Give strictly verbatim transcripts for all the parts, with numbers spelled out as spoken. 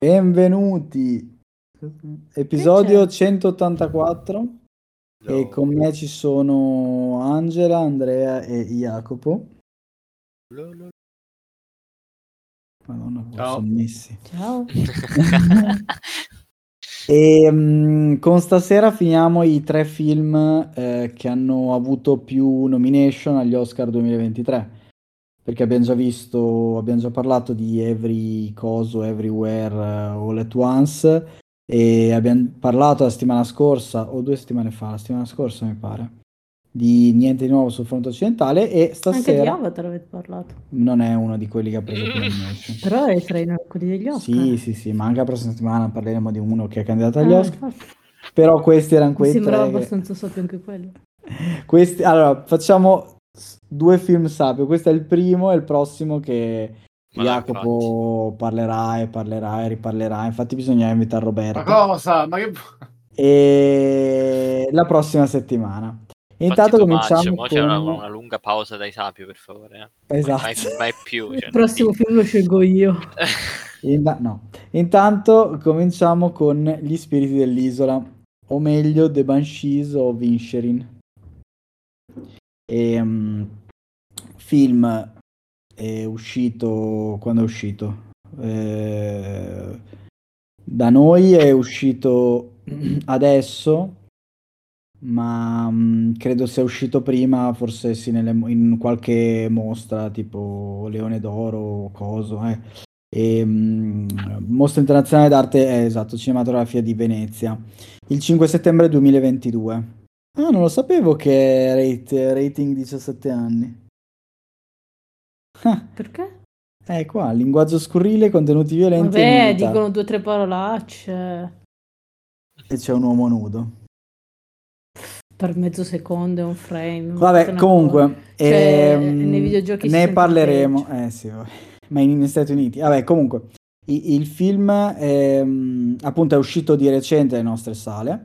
Benvenuti, episodio centottantaquattro e Lo- con me ci sono Angela, Andrea e Jacopo. lo- lo- Madonna, come Ciao. sono messi. Ciao. E mm, con stasera finiamo i tre film eh, che hanno avuto più nomination agli Oscar duemilaventitré. Perché abbiamo già visto, abbiamo già parlato di Every Coso, Everywhere, eh, All at Once e abbiamo parlato la settimana scorsa, o due settimane fa, la settimana scorsa mi pare, di Niente di nuovo sul fronte occidentale e Anche di stasera Avatar avete parlato. non è uno di quelli che ha preso più nomination. Però è tra i quelli degli Oscar. Sì, sì, sì, ma anche la prossima settimana parleremo di uno che è candidato agli Ah, Oscar. infatti. Però questi erano Mi quei sembrava tre che- abbastanza sapio anche quello. Questi, allora, facciamo s- due film sapio. Questo è il primo e il prossimo che Ma no, Jacopo parlerà e parlerà e riparlerà. Infatti bisogna invitare Ma Roberto. cosa? Ma che... E la prossima settimana. Fatti Intanto too much, cominciamo mo c'è una, con... una lunga pausa dai sapio, per favore. eh. Esatto. Mai, mai più. Cioè, Il non prossimo dico. film lo scelgo io. Inta- no. Intanto cominciamo con Gli spiriti dell'isola, o meglio The Banshees of Inisherin. E, film è uscito quando è uscito? Eh, da noi è uscito adesso, ma mh, credo sia uscito prima, forse sì, nelle- in qualche mostra tipo Leone d'Oro o coso. Eh. E, mh, Mostra internazionale d'arte, eh, esatto, cinematografia di Venezia, il cinque settembre duemilaventidue. Ah, non lo sapevo che rate, rating diciassette anni. Ah, Perché? eh, qua, linguaggio scurrile, contenuti violenti e Vabbè, nudità. dicono due o tre parolacce. E c'è un uomo nudo. Per mezzo secondo è un frame. Vabbè, una comunque, cosa. Cioè, ehm, nei videogiochi si ne sente parleremo. peggio. Eh sì, vabbè. Ma in- negli Stati Uniti. Vabbè, comunque, i- il film ehm, appunto è uscito di recente nelle nostre sale.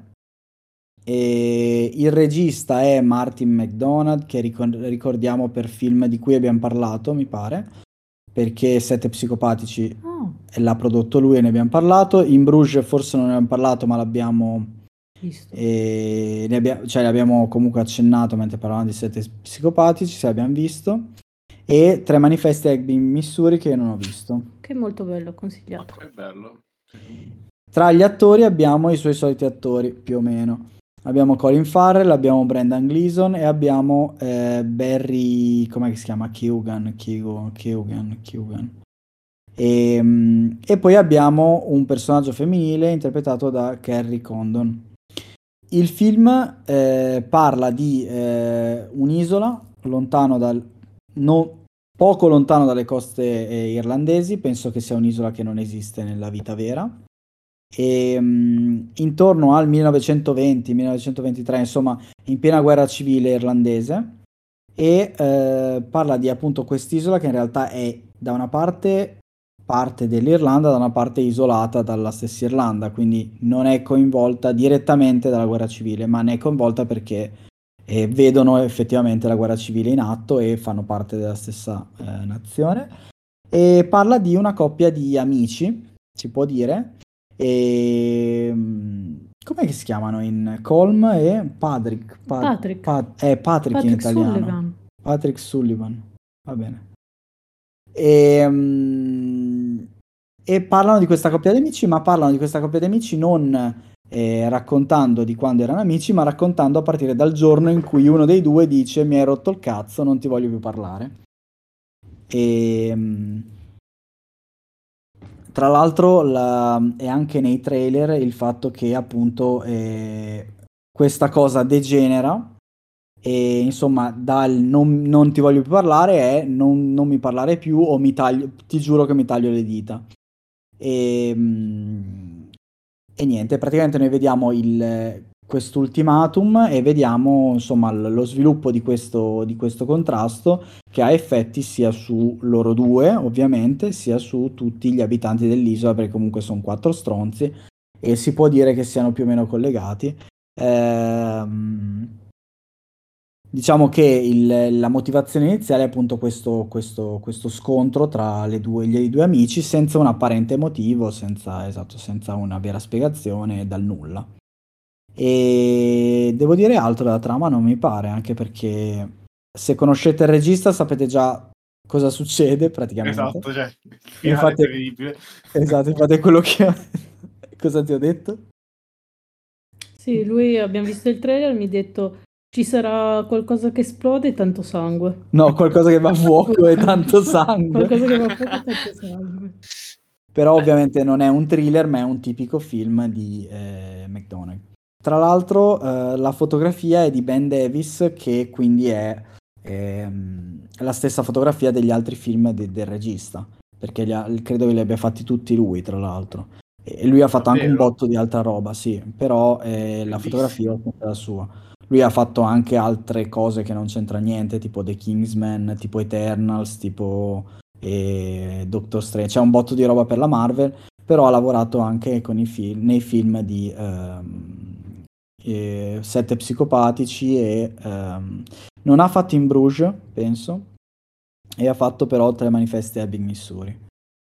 E il regista è Martin McDonagh, che ricor- ricordiamo per film di cui abbiamo parlato, mi pare, perché Sette Psicopatici Oh, l'ha prodotto lui e ne abbiamo parlato. In Bruges forse non ne abbiamo parlato, ma l'abbiamo visto. e ne abbia- cioè, l'abbiamo comunque accennato mentre parlavamo di Sette Psicopatici, se l'abbiamo visto. E Tre manifesti a Ebbing, Missouri, che io non ho visto. Che è molto bello, consigliato. Che bello. Tra gli attori abbiamo i suoi soliti attori, più o meno. Abbiamo Colin Farrell, abbiamo Brendan Gleeson e abbiamo eh, Barry, com'è che si chiama? Keoghan, Keoghan, Keoghan, Keoghan. E, mm, e poi abbiamo un personaggio femminile interpretato da Kerry Condon. Il film eh, parla di eh, un'isola lontano dal, no- poco lontano dalle coste eh, irlandesi, penso che sia un'isola che non esiste nella vita vera. E, mh, intorno al millenovecentoventi millenovecentoventitré, insomma, in piena guerra civile irlandese, e eh, parla di appunto quest'isola che in realtà è da una parte parte dell'Irlanda, da una parte isolata dalla stessa Irlanda, quindi non è coinvolta direttamente dalla guerra civile, ma ne è coinvolta perché eh, vedono effettivamente la guerra civile in atto e fanno parte della stessa eh, nazione. E parla di una coppia di amici, si può dire, e mh, com'è che si chiamano in Colm e Patrick? Pa- Patrick. Pa- eh, Patrick in Patrick italiano. Sullivan. Patrick Sullivan, va bene. E, mm, e parlano di questa coppia di amici, ma parlano di questa coppia di amici non eh, raccontando di quando erano amici, ma raccontando a partire dal giorno in cui uno dei due dice mi hai rotto il cazzo, non ti voglio più parlare. E, mm, tra l'altro la- è anche nei trailer il fatto che appunto eh, questa cosa degenera e insomma dal non, non ti voglio più parlare è non, non mi parlare più o mi taglio, ti giuro che mi taglio le dita. E, mm, e niente, praticamente noi vediamo il, quest'ultimatum e vediamo insomma l- lo sviluppo di questo, di questo contrasto che ha effetti sia su loro due, ovviamente, sia su tutti gli abitanti dell'isola, perché comunque sono quattro stronzi e si può dire che siano più o meno collegati. Ehm, Diciamo che il- la motivazione iniziale è appunto questo, questo- questo scontro tra le due- gli due amici senza un apparente motivo, senza, esatto, senza una vera spiegazione dal nulla. E devo dire altro della trama non mi pare, anche perché se conoscete il regista sapete già cosa succede praticamente. Esatto, cioè, il E finale è infatti, prevedibile. esatto, infatti è quello che... Cosa ti ho detto? Sì, lui abbiamo visto il trailer, mi ha detto ci sarà qualcosa che esplode e tanto sangue. No, qualcosa che va a fuoco e tanto sangue. Qualcosa che va a fuoco e tanto sangue. Però ovviamente non è un thriller, ma è un tipico film di eh, McDonagh. Tra l'altro eh, la fotografia è di Ben Davis, che quindi è ehm, la stessa fotografia degli altri film de- del regista, perché li ha- credo che li abbia fatti tutti lui, tra l'altro. E lui ha fatto anche un Davvero? botto di altra roba, sì, però eh, la fotografia Bellissimo. è la sua. Lui ha fatto anche altre cose che non c'entra niente, tipo The Kingsman, tipo Eternals, tipo e Doctor Strange. C'è un botto di roba per la Marvel, però ha lavorato anche con i film, nei film di ehm, eh, Sette Psicopatici e ehm, non ha fatto In Bruges, penso, e ha fatto però Tre Manifesti a Ebbing, Missouri.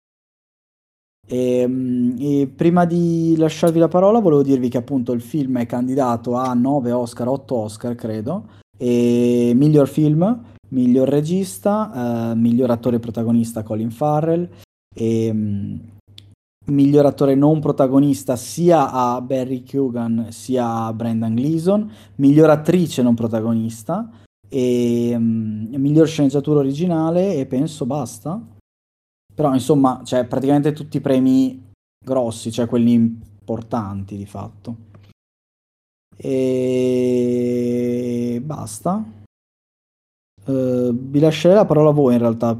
E, mm, e prima di lasciarvi la parola, volevo dirvi che appunto il film è candidato a nove Oscar, otto Oscar, credo, e miglior film, miglior regista, eh, miglior attore protagonista Colin Farrell, e mm, miglior attore non protagonista sia a Barry Keoghan sia a Brendan Gleeson, miglior attrice non protagonista, e mm, miglior sceneggiatura originale, e penso basta. Però insomma, cioè praticamente tutti i premi grossi, cioè quelli importanti di fatto. E basta. Eh, vi lascerei la parola a voi in realtà,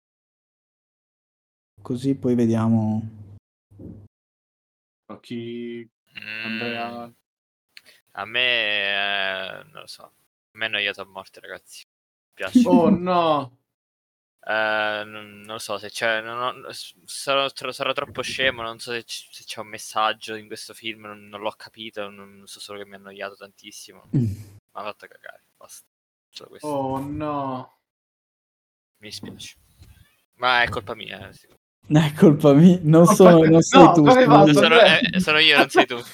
così poi vediamo. A chi... Mm, Andrea... a me, eh, non lo so. A me è annoiato a morte, ragazzi. Mi piace. Oh no! Eh, non, non lo so se c'è. Non ho- sarò, tro- sarò troppo scemo. Non so se, c- se c'è un messaggio in questo film. Non, non l'ho capito. Non, non so solo che mi ha annoiato tantissimo. Mi ha fatto cagare. Basta. Solo questo. Oh no! Mi dispiace. Ma è colpa mia. eh, sì. È colpa mia, non, Oh, sono, aspetta, non sei no, tu. cosa hai sono fatto, io. Sono, Andrea? eh, sono io, non sei tu.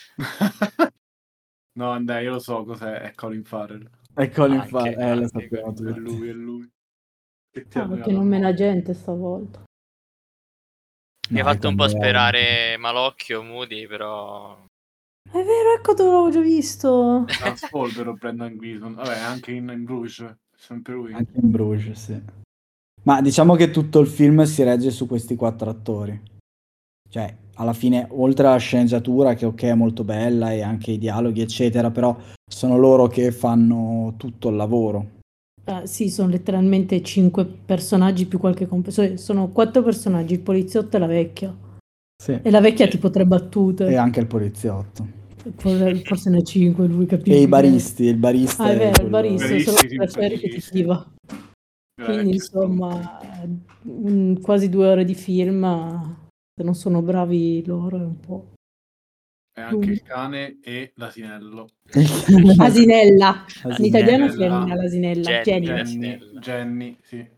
No, Andrea, io lo so cos'è, è Colin Farrell. È Colin Anche, Farrell, eh, lo anche sappiamo quello. È tutti. lui, è lui. Che ti ha Ah, perché annoiato a non mena morte. gente stavolta. Mi ha No, è fatto un po' quello- sperare Malocchio, Moody, però... È vero, ecco dove l'avevo già visto. Da Spolvero, Brendan Gleeson. Vabbè, anche in, in Bruges, sempre lui. Anche in Bruges, sì. Ma diciamo che tutto il film si regge su questi quattro attori. Cioè, alla fine, oltre alla sceneggiatura, che ok è molto bella, e anche i dialoghi, eccetera, però sono loro che fanno tutto il lavoro. Ah, sì, sono letteralmente cinque personaggi più qualche comp- sono quattro personaggi, il poliziotto e la vecchia. Sì. E la vecchia ha Sì. tipo tre battute. E anche il poliziotto. Forse, forse ne cinque, lui capisce. E i baristi, il barista Ah, è è vero, il quello- barista, Baristi, solo che la sua è simpatichissimi. ripetitiva. La Quindi, vecchia insomma, un- quasi due ore di film, se non sono bravi loro è un po'. è anche il cane e l'asinello. Asinella. In Asinella. italiano Asinella. femmina l'asinella. Jenny, Jenny. la- Jenny, l'asinello. Jenny, sì.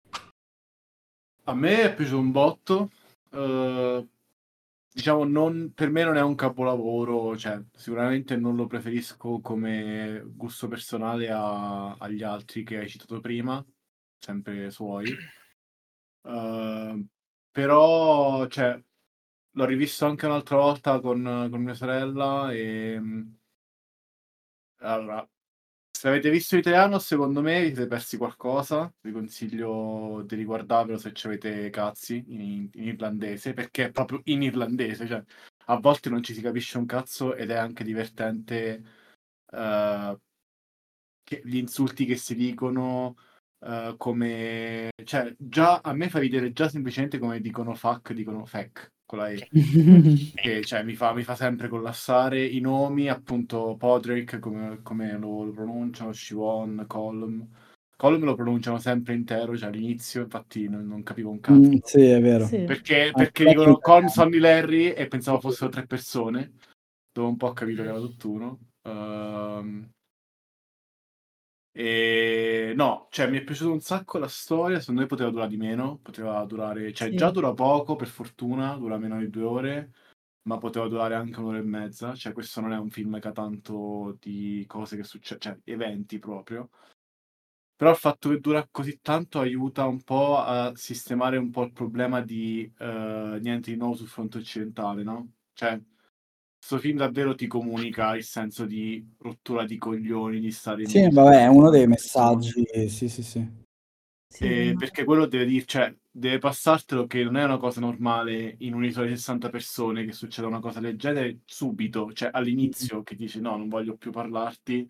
A me è piaciuto un botto. eh, diciamo, non, per me non è un capolavoro, cioè sicuramente non lo preferisco come gusto personale a- agli altri che hai citato prima, sempre suoi. Eh, però, cioè, l'ho rivisto anche un'altra volta con, con mia sorella e allora, se avete visto l'italiano, secondo me vi siete persi qualcosa. Vi consiglio di riguardarvelo se ci avete cazzi in, in irlandese, perché è proprio in irlandese. Cioè, a volte non ci si capisce un cazzo ed è anche divertente eh, che- gli insulti che si dicono. eh, come cioè, già a me fa ridere già semplicemente come dicono fuck, dicono feck con la E. Che cioè, mi fa, mi fa sempre collassare i nomi, appunto Podrick come, come lo, lo pronunciano, Siobhan, Colm. Colm lo pronunciano sempre intero, cioè all'inizio, infatti non, non capivo un cazzo. Mm, sì, è vero. Sì. Perché, Anche perché in dicono Colm, italiano. Sonny, Larry e pensavo fossero tre persone. Dopo un po' ho capito che era tutt'uno. Ehm, E no, cioè mi è piaciuta un sacco la storia, secondo me poteva durare di meno, poteva durare, cioè Sì. già dura poco per fortuna, dura meno di due ore, ma poteva durare anche un'ora e mezza, cioè questo non è un film che ha tanto di cose che succedono, cioè eventi proprio. Però il fatto che dura così tanto aiuta un po' a sistemare un po' il problema di eh, niente di nuovo sul fronte occidentale, no? Cioè, questo film davvero ti comunica il senso di rottura di coglioni, di stare Sì, lì vabbè, è uno soltanto dei con le persone. messaggi, sì, sì, sì. Sì, E ma- perché quello deve dire, cioè, deve passartelo che non è una cosa normale in un'isola di sessanta persone che succeda una cosa del genere subito, cioè all'inizio che dici no, non voglio più parlarti.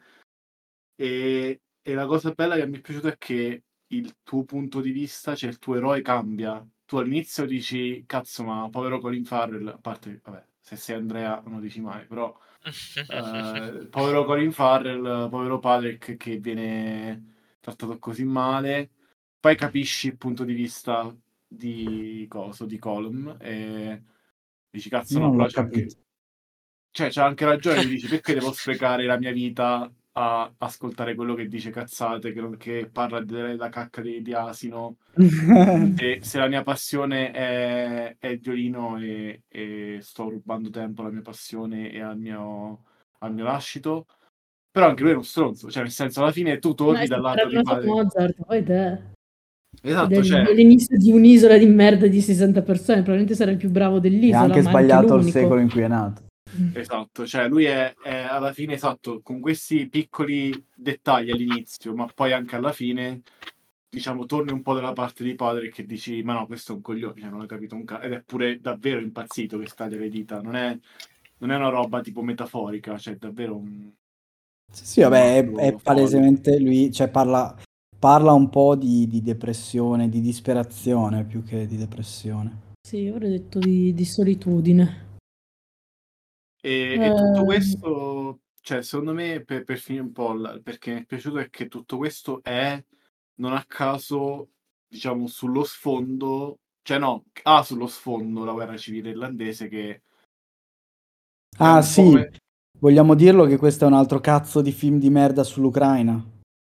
E, e la cosa bella che mi è piaciuta è che il tuo punto di vista, cioè il tuo eroe cambia. Tu all'inizio dici, cazzo, ma povero Colin Farrell, a parte, vabbè, se sei Andrea non lo dici mai, però eh, povero Colin Farrell, povero Patrick che viene trattato così male. Poi capisci il punto di vista di Coso, di Colm, e dici, cazzo, Io no, non però l'ho c'è anche capito. cioè, c'ha anche ragione, tu dici perché devo sprecare la mia vita a ascoltare quello che dice cazzate, che, non- che parla della cacca di, di asino. Se, se la mia passione è, è il violino e, e sto rubando tempo alla mia passione e al mio, al mio lascito, però anche lui è uno stronzo, cioè nel senso alla fine tu Ma torni è dal stato lato di paragonato a padre. Mozart, poi te. Ed è Esatto, il cioè, violinista di un'isola di merda di sessanta persone, probabilmente sarà il più bravo E dell'isola, anche ma anche sbagliato il l'unico. secolo in cui è nato. esatto, cioè lui è, è alla fine esatto, con questi piccoli dettagli all'inizio, ma poi anche alla fine, diciamo, torni un po' dalla parte di padre che dici, ma no, questo è un coglione, cioè, non hai capito un cazzo, ed è pure davvero impazzito che staglia le dita, non è, non è una roba tipo metaforica, cioè è davvero un, Sì, sì, un vabbè, è, matto è folle. palesemente lui, cioè parla, parla un po' di, di depressione, di disperazione più che di depressione. Sì, io avrei detto di, di solitudine. E, e tutto Eh, questo, cioè, secondo me, per, per finire un po', la- perché mi è piaciuto è che tutto questo è, non a caso, diciamo, sullo sfondo, cioè no, ha sullo sfondo la guerra civile irlandese che è Ah un po' sì, come... vogliamo dirlo che questo è un altro cazzo di film di merda sull'Ucraina?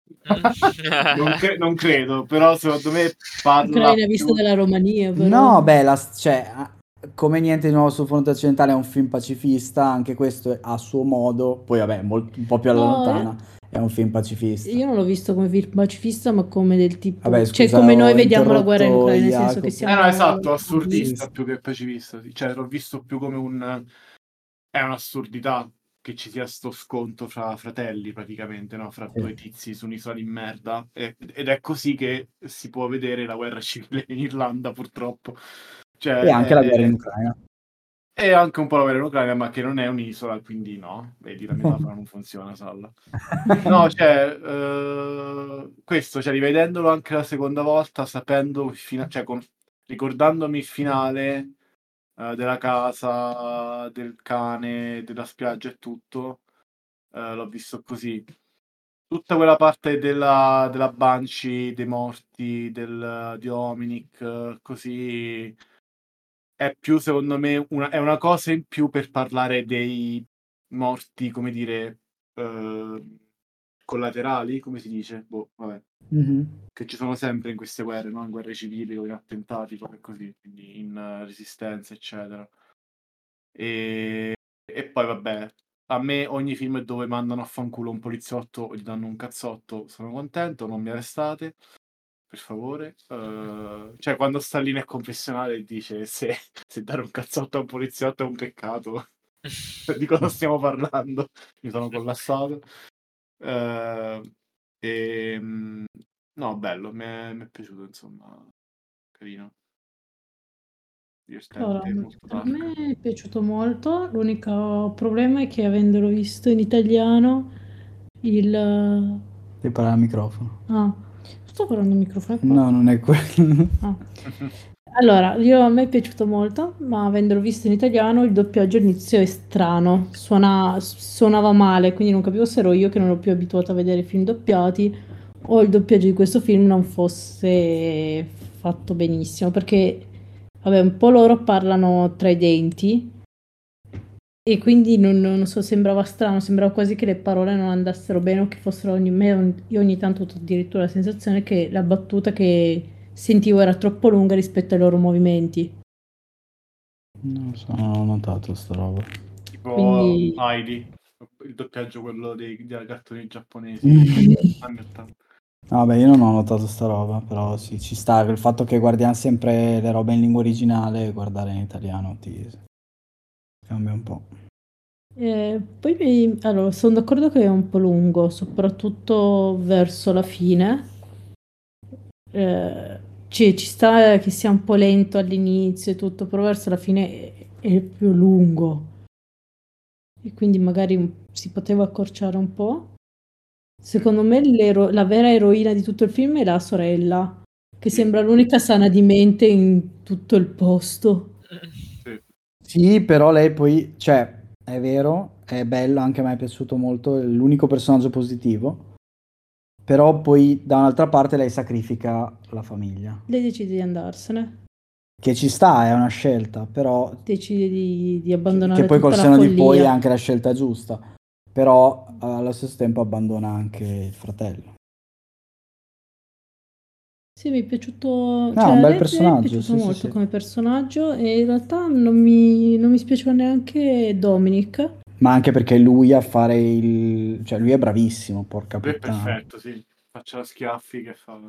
non, cre- non credo, però secondo me parla Ucraina vista più... dalla Romania, però. No, beh, la- cioè, ah, come niente di nuovo sul fronte occidentale è un film pacifista, anche questo è a suo modo, poi vabbè, molto- un po' più alla No, io, lontana, è un film pacifista. io non l'ho visto come film pacifista, ma come del Vabbè, tipo, cioè come scusa, noi ho vediamo la guerra in interrotto Ucraina, nel senso che Jacopo. Eh no, siamo esatto, Sì, assurdista sì. più che pacifista, sì. Cioè l'ho visto più come un... È un'assurdità che ci sia sto scontro fra fratelli praticamente, no? Fra Sì. due tizi su un'isola di merda. E- ed è così che si può vedere la guerra civile in Irlanda, purtroppo. E Cioè, anche la guerra in è, Ucraina. è anche un po' la guerra in Ucraina, ma che non è un'isola, quindi no. Vedi, la metafora non funziona, Salla. No, cioè, eh, questo, cioè, rivedendolo anche la seconda volta, sapendo, il fina- cioè, con- ricordandomi il finale eh, della casa, del cane, della spiaggia e tutto, eh, l'ho visto così. Tutta quella parte della, della Banshee, dei morti, del, di Ominic, eh, così è più, secondo me, una, è una cosa in più per parlare dei morti, come dire, eh, collaterali, come si dice? Boh, vabbè. Mhm. Che ci sono sempre in queste guerre, no? In guerre civili o in attentati, come così, quindi in eh, resistenza, eccetera. E, e poi vabbè, a me ogni film dove mandano a fanculo un poliziotto o gli danno un cazzotto sono contento, non mi arrestate, per favore. Eh, cioè, quando sta lì nel confessionale e dice se, se dare un cazzotto a un poliziotto è un peccato, di cosa stiamo parlando? Mi sono collassato. Eh, e, mm, no, bello, mi è, mi è piaciuto, insomma, carino, Allora, divertente, molto a dark. me è piaciuto molto, l'unico problema è che avendolo visto in italiano, il... Devi parlare al microfono. Ah, sto parlando il microfono è qua? No, non è quello. Ah. Allora, io, a me è piaciuto molto, ma avendolo visto in italiano il doppiaggio all'inizio è strano, suona- suonava male, quindi non capivo se ero io che non ero più abituata a vedere film doppiati o il doppiaggio di questo film non fosse fatto benissimo, perché vabbè, un po' loro parlano tra i denti e quindi non, non so, sembrava strano, sembrava quasi che le parole non andassero bene o che fossero ogni me, io ogni tanto ho avuto addirittura la sensazione che la battuta che sentivo era troppo lunga rispetto ai loro movimenti. Non so, non ho notato sta roba. Tipo Quindi- Heidi, il doppiaggio quello dei, dei cartoni giapponesi anni ottanta. Vabbè, io non ho notato sta roba, però sì, ci sta il fatto che guardiamo sempre le robe in lingua originale e guardare in italiano ti cambia un po'. Eh, poi mi- allora, sono d'accordo che è un po' lungo, soprattutto verso la fine. Eh, ci, ci sta che sia un po' lento all'inizio e tutto, però verso la fine è, è più lungo. E quindi magari si poteva accorciare un po'. Secondo me l'ero- la vera eroina di tutto il film è la sorella, che sembra l'unica sana di mente in tutto il posto. Sì. Sì, però lei poi, cioè, è vero, è bello, anche a me è piaciuto molto, è l'unico personaggio positivo, però poi da un'altra parte lei sacrifica la famiglia, Lei decide di andarsene, che ci sta, è una scelta, però decide di, di che, abbandonare che poi col tutta la senno di poi è follia. anche la scelta giusta, però allo stesso tempo abbandona anche il fratello. Sì, mi è piaciuto, No, è cioè un a bel lei, lei è personaggio, piaciuto sì, sì, molto sì. come personaggio e in realtà non mi, non mi spiaceva neanche Dominic. Ma anche perché lui a fare il... cioè lui è bravissimo, porca Lui è puttana. perfetto, sì. Faccia schiaffi che fa.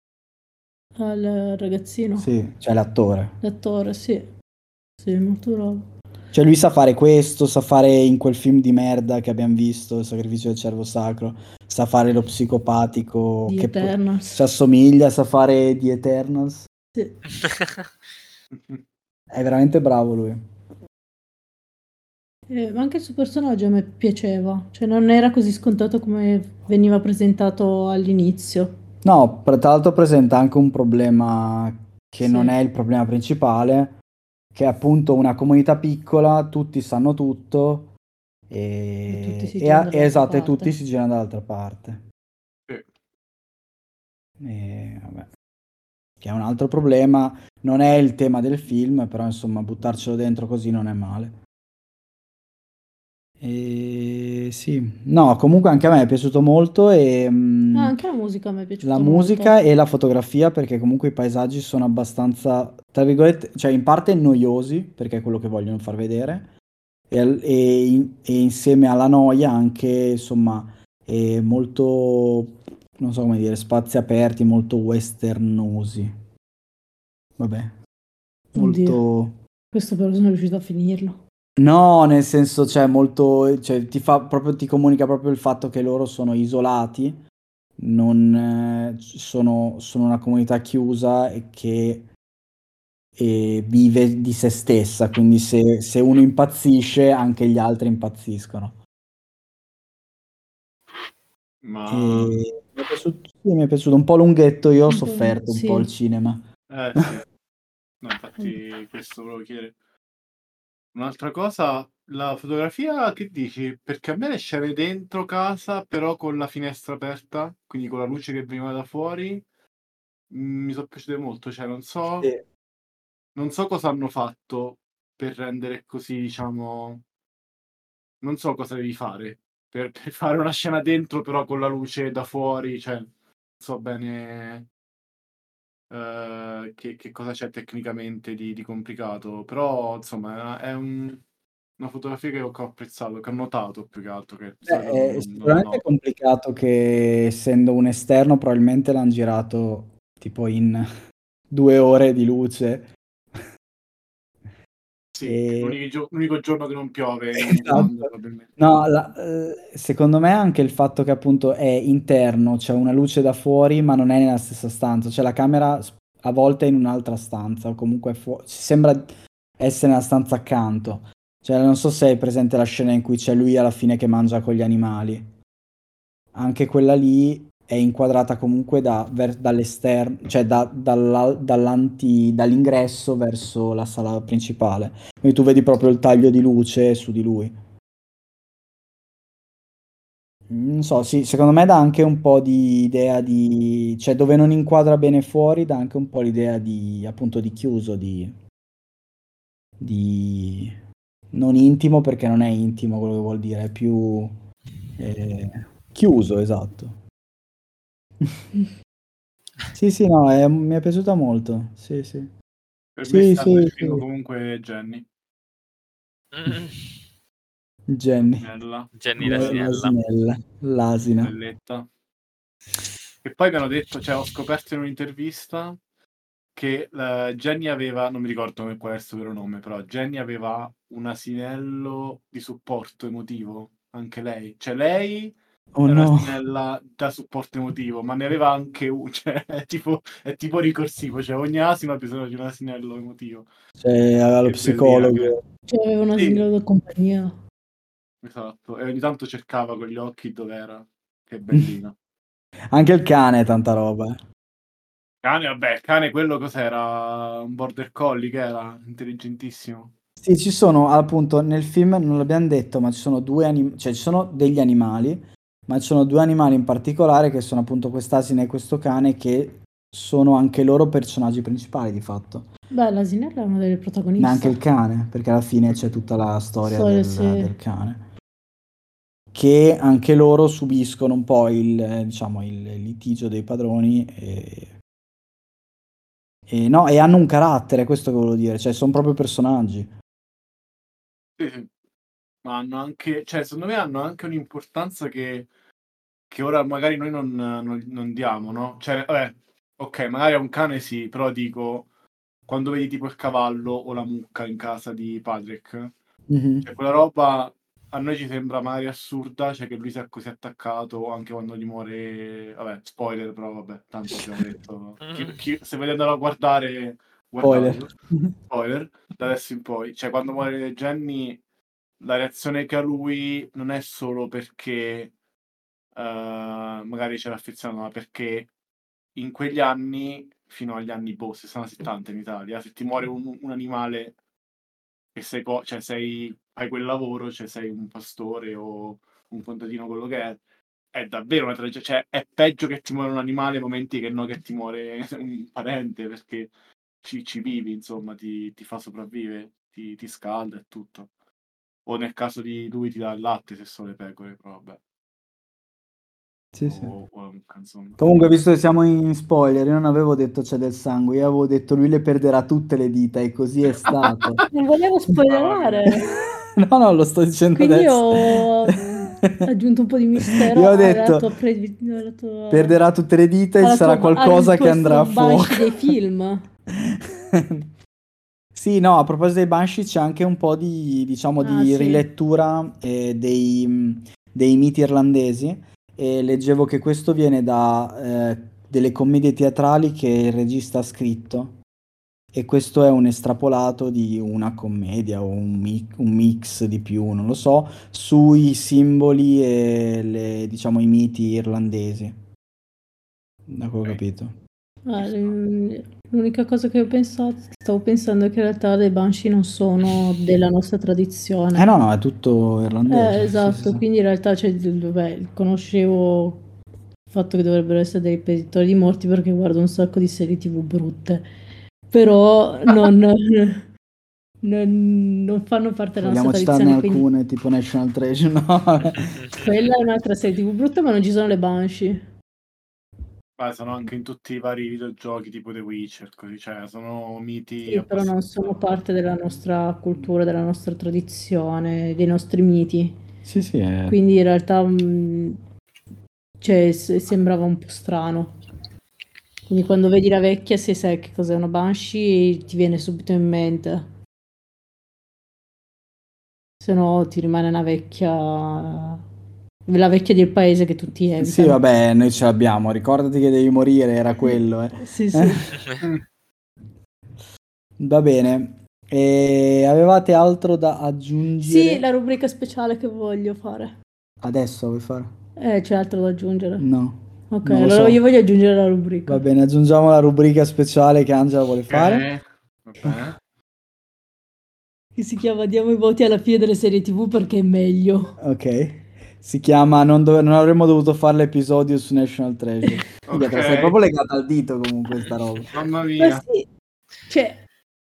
Al ragazzino, Sì, cioè l'attore. l'attore, sì, sì, molto bravo. Cioè lui sa fare questo, sa fare in quel film di merda che abbiamo visto, Il sacrificio del cervo sacro, sa fare lo psicopatico Di che po- Eternals. ci assomiglia, sa fare The Eternals. Sì. È veramente bravo lui. Eh, ma anche il suo personaggio a me piaceva, cioè non era così scontato come veniva presentato all'inizio. No, tra l'altro presenta anche un problema che Sì. non è il problema principale, che è appunto una comunità piccola, tutti sanno tutto E tutti e, si e girano a- e dall'altra esatto, e parte. tutti si girano dall'altra parte. Sì. E, vabbè. Che è un altro problema, non è il tema del film, però insomma buttarcelo dentro così non è male. E sì, no, comunque anche a me è piaciuto molto e mm, Ah, anche la musica a me è piaciuta la molto. musica e la fotografia, perché comunque i paesaggi sono abbastanza, tra virgolette, cioè in parte noiosi, perché è quello che vogliono far vedere, e, al- e in- e insieme alla noia anche, insomma, è molto, non so come dire, spazi aperti, molto westernosi. Vabbè, Oddio, molto... questo però sono riuscito a finirlo. No, nel senso, cioè, molto, cioè, ti fa proprio, ti comunica proprio il fatto che loro sono isolati, non eh, sono, sono una comunità chiusa e che e vive di se stessa, quindi se, se uno impazzisce, anche gli altri impazziscono. Ma... E mi è piaciuto, sì, mi è piaciuto un po' lunghetto, io ho Un po', sofferto un po' il sì. cinema. Eh sì. No, infatti questo volevo chiedere. Un'altra cosa, la fotografia, che dici? Perché a me le scene dentro casa, però con la finestra aperta, quindi con la luce che veniva da fuori, mm, mi sono piaciute molto. Cioè, non so, Sì. non so cosa hanno fatto per rendere così, diciamo, non so cosa devi fare per, per fare una scena dentro, però con la luce da fuori, cioè, non so bene eh, che, che cosa c'è tecnicamente di, di complicato, però insomma è un- una fotografia che ho, che ho apprezzato, che ho notato più che altro, che di Beh, solito non, è non- non sicuramente noto. complicato che essendo un esterno probabilmente l'hanno girato tipo in due ore di luce. Sì, E... l'unico, gio- l'unico giorno che non piove in Irlanda, Esatto. probabilmente. No, la- eh, secondo me anche il fatto che appunto è interno, c'è una luce da fuori, ma non è nella stessa stanza, cioè la camera s- a volte è in un'altra stanza, o comunque è fu- sembra essere nella stanza accanto. Cioè, non so se hai presente la scena in cui c'è lui alla fine che mangia con gli animali. Anche quella lì è inquadrata comunque da- ver- dall'esterno, cioè da- dalla- dall'anti- dall'ingresso verso la sala principale. Quindi tu vedi proprio il taglio di luce su di lui. Non so, sì, secondo me dà anche un po' di idea di... cioè dove non inquadra bene fuori dà anche un po' l'idea di, appunto, di chiuso, di... di... non intimo perché non è intimo quello che vuol dire, è più eh, chiuso, esatto. Sì, sì, no, è- mi è piaciuta molto. Sì, sì. Per me Sì, sta sì, nel sì. film comunque Jenny. Mm. Jenny, Bella. Jenny la- l'asinella. l'asinella, l'asina. Belletta. E poi mi hanno detto, cioè ho scoperto in un'intervista che eh, Jenny aveva, non mi ricordo qual è il suo vero nome, però Jenny aveva un asinello di supporto emotivo, anche lei. Cioè lei Oh è no, un'asinella da supporto emotivo, ma ne aveva anche uno, cioè è tipo, è tipo ricorsivo, cioè ogni asino ha bisogno di un asinello emotivo. cioè, aveva lo Che bellina che è. psicologo. Cioè, aveva un Sì, asilo da compagnia. esatto, e ogni tanto cercava con gli occhi dove era. Che bellina. Anche il cane è tanta roba. eh. Cane, vabbè, il cane quello cos'era? Un border collie che era intelligentissimo. Sì, ci sono appunto nel film, non l'abbiamo detto, ma ci sono due anim- cioè ci sono degli animali, ma ci sono due animali in particolare che sono appunto quest'asina e questo cane che sono anche loro personaggi principali di fatto. Beh, l'asinella è una delle Ma protagoniste. anche il cane, perché alla fine c'è tutta la storia Storia, del, sì. del cane. Che anche loro subiscono un po' il, eh, diciamo, il litigio dei padroni e, e no, e hanno un carattere, questo che volevo dire, cioè sono proprio personaggi. Sì, sì. Ma hanno anche, cioè, secondo me hanno anche un'importanza che, che ora magari noi non, non- non diamo, no? Cioè, vabbè, ok, magari a un cane sì, però dico, quando vedi tipo il cavallo o la mucca in casa di Patrick, Mhm. cioè quella roba a noi ci sembra magari assurda, cioè che lui sia così attaccato anche quando gli muore, vabbè, spoiler, però vabbè, tanto abbiamo detto, chi- chi- se volete andare a guardare, Spoiler. guardatelo, spoiler, da adesso in poi, cioè quando muore Jenny la reazione che ha lui non è solo perché eh, magari c'era affezionato, ma perché in quegli anni, fino agli anni boh, sessanta settanta in Italia, se ti muore un, un animale e sei, co- cioè sei, fai quel lavoro, cioè sei un pastore o un contadino, quello che è, è davvero una tragedia. Cioè è peggio che ti muore un animale nei momenti che no che ti muore un parente, perché ci, ci vivi, insomma, ti, ti fa sopravvivere, ti, ti scalda e tutto. O nel caso di lui ti dà il latte se sono le pecore, però vabbè. Sì, sì. O, o, insomma. Comunque, visto che siamo in spoiler, io non avevo detto c'è del sangue, io avevo detto lui le perderà tutte le dita e così è stato. Non volevo spoilerare. No, no, lo sto dicendo Quindi adesso. ho aggiunto un po' di mistero Io ho alla detto tua pre- alla tua- perderà tutte le dita e alla sarà tua- qualcosa al che tuo andrà a Banshee fuoco. dei film. Sì, no, a proposito dei Banshee c'è anche un po' di, diciamo, Ah, di sì. rilettura eh, dei, mh, dei miti irlandesi e leggevo che questo viene da eh, delle commedie teatrali che il regista ha scritto e questo è un estrapolato di una commedia o un, mi- un mix di più, non lo so, sui simboli e le, diciamo, i miti irlandesi, da quello che ho Ok, capito. Ah, ci sta. l- l'unica cosa che ho pensato, stavo pensando è che in realtà le Banshee non sono della nostra tradizione. Eh no, no, è tutto Eh, irlandese. Sì, sì, esatto, sì. quindi in realtà cioè, d- vabbè, conoscevo il fatto che dovrebbero essere dei peditori di morti perché guardo un sacco di serie T V brutte, però non, non- non fanno parte della nostra Vogliamo citarne tradizione, quindi alcune, tipo National Treasure, no? quella è un'altra serie T V brutta, ma non ci sono le Banshee. Ma sono anche in tutti i vari videogiochi tipo The Witcher, così, cioè sono miti Sì, però non sono abbastanza... parte della nostra cultura, della nostra tradizione, dei nostri miti. Sì, sì, è... Quindi in realtà mh, cioè, se- sembrava un po' strano. Quindi quando vedi la vecchia, se sai che cos'è una Banshee, ti viene subito in mente. Se no ti rimane una vecchia... la vecchia del paese che tutti Sì, evitano. vabbè, noi ce l'abbiamo. Ricordati che devi morire, era quello, eh. Sì, sì. Mm. Va bene. E avevate altro da Sì, aggiungere? la rubrica speciale che voglio fare. Adesso vuoi fare? Eh, c'è altro da aggiungere. No, Ok, non lo allora so. io voglio aggiungere la rubrica. Va bene, aggiungiamo la rubrica speciale che Angela vuole fare. Ok, va bene. Che si chiama Diamo i voti alla fine delle serie T V perché è meglio. Ok. Si chiama Non, dove- non avremmo dovuto fare l'episodio su National Treasure. Minchia, te la sei Ok, proprio legata al dito comunque sta roba. mamma Ma mia. sì, cioè,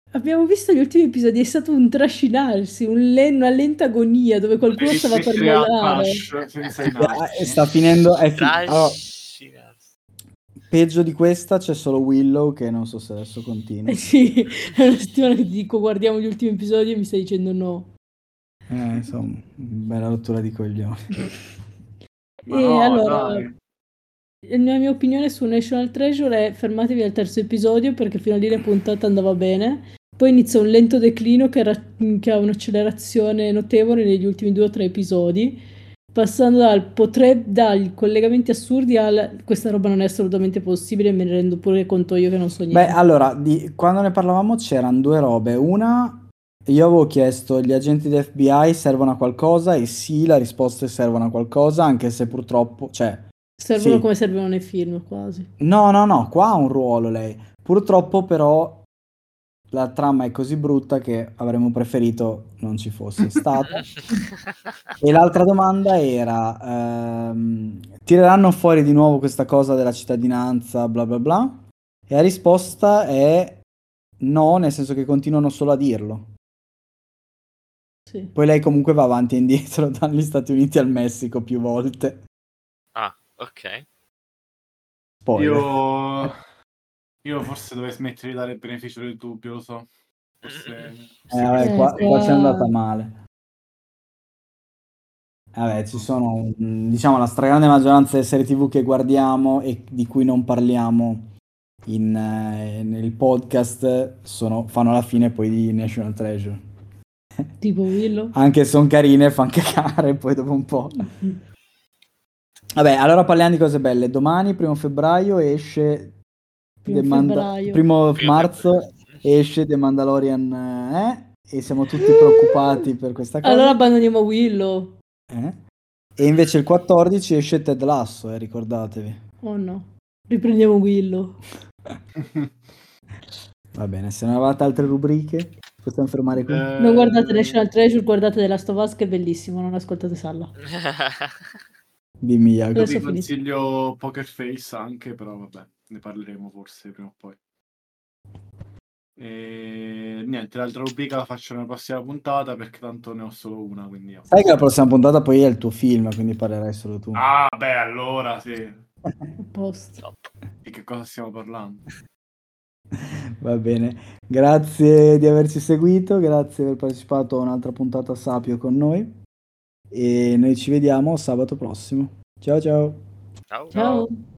Abbiamo visto gli ultimi episodi, è stato un trascinarsi, un le- una lenta agonia dove qualcuno Devi stava per mettere a mollare. Crash senza i Eh, nastri. sta finendo è fi- allora, Trascinarsi. peggio di questa c'è solo Willow che non so se adesso continua. Eh sì, è una settimana che ti dico guardiamo gli ultimi episodi e mi stai dicendo no. Eh, insomma, bella rottura di coglioni. Ma E no, allora, dai. la mia opinione su National Treasure è fermatevi al terzo episodio perché fino a lì la puntata andava bene. Poi inizia un lento declino che, ra- che ha un'accelerazione notevole negli ultimi due o tre episodi, passando dal potrebbe dai collegamenti assurdi al questa roba non è assolutamente possibile, me ne rendo pure conto io che non so niente. Beh, allora, di- quando ne parlavamo c'erano due robe. Una, io avevo chiesto gli agenti del F B I servono a qualcosa e sì, la risposta è servono a qualcosa, anche se purtroppo, cioè, Servono sì. come servono nei film quasi. No, no, no, qua ha un ruolo lei. Purtroppo però la trama è così brutta che avremmo preferito non ci fosse stata. E l'altra domanda era, ehm, tireranno fuori di nuovo questa cosa della cittadinanza, bla bla bla? E la risposta è no, nel senso che continuano solo a dirlo. Sì. Poi lei comunque va avanti e indietro dagli Stati Uniti al Messico più volte. Ah, ok. Spoiler. Io... Io forse dovrei smettere di dare il beneficio del dubbio, lo so. Forse... Eh, forse vabbè, Eh, qua, qua- qua c'è andata male. Vabbè, ci sono, mm, diciamo, la stragrande maggioranza delle serie tivù che guardiamo e di cui non parliamo in, eh, nel podcast sono, fanno la fine poi di National Treasure. Tipo Willow. Anche se sono carine, fanno cacare poi dopo un po'. Vabbè, allora parliamo di cose belle. Domani, primo febbraio, esce Primo The Manda- febbraio. primo Primo marzo febbraio. esce The Mandalorian, eh? E siamo tutti preoccupati per questa cosa. Allora abbandoniamo Willow. Eh? E invece il quattordici esce Ted Lasso, eh, ricordatevi. Oh no. Riprendiamo Willow. Va bene, se non avevate altre rubriche, possiamo fermare qui. Eh, Non guardate National Treasure, guardate The Last of Us che è bellissimo, non ascoltate Salla. Dimmi, Jacopo. Io Adesso vi ho finito. consiglio Poker Face anche, però vabbè, ne parleremo forse prima o poi. E niente, l'altra rubrica la faccio nella prossima puntata perché tanto ne ho solo una, quindi... Sai che la prossima puntata poi è il tuo film, quindi parlerai solo tu. Ah, beh, allora sì. A posto. Di che cosa stiamo parlando? Va bene, grazie di averci seguito, grazie di aver partecipato a un'altra puntata Sapio con noi e noi ci vediamo sabato prossimo. Ciao ciao. Ciao. Ciao.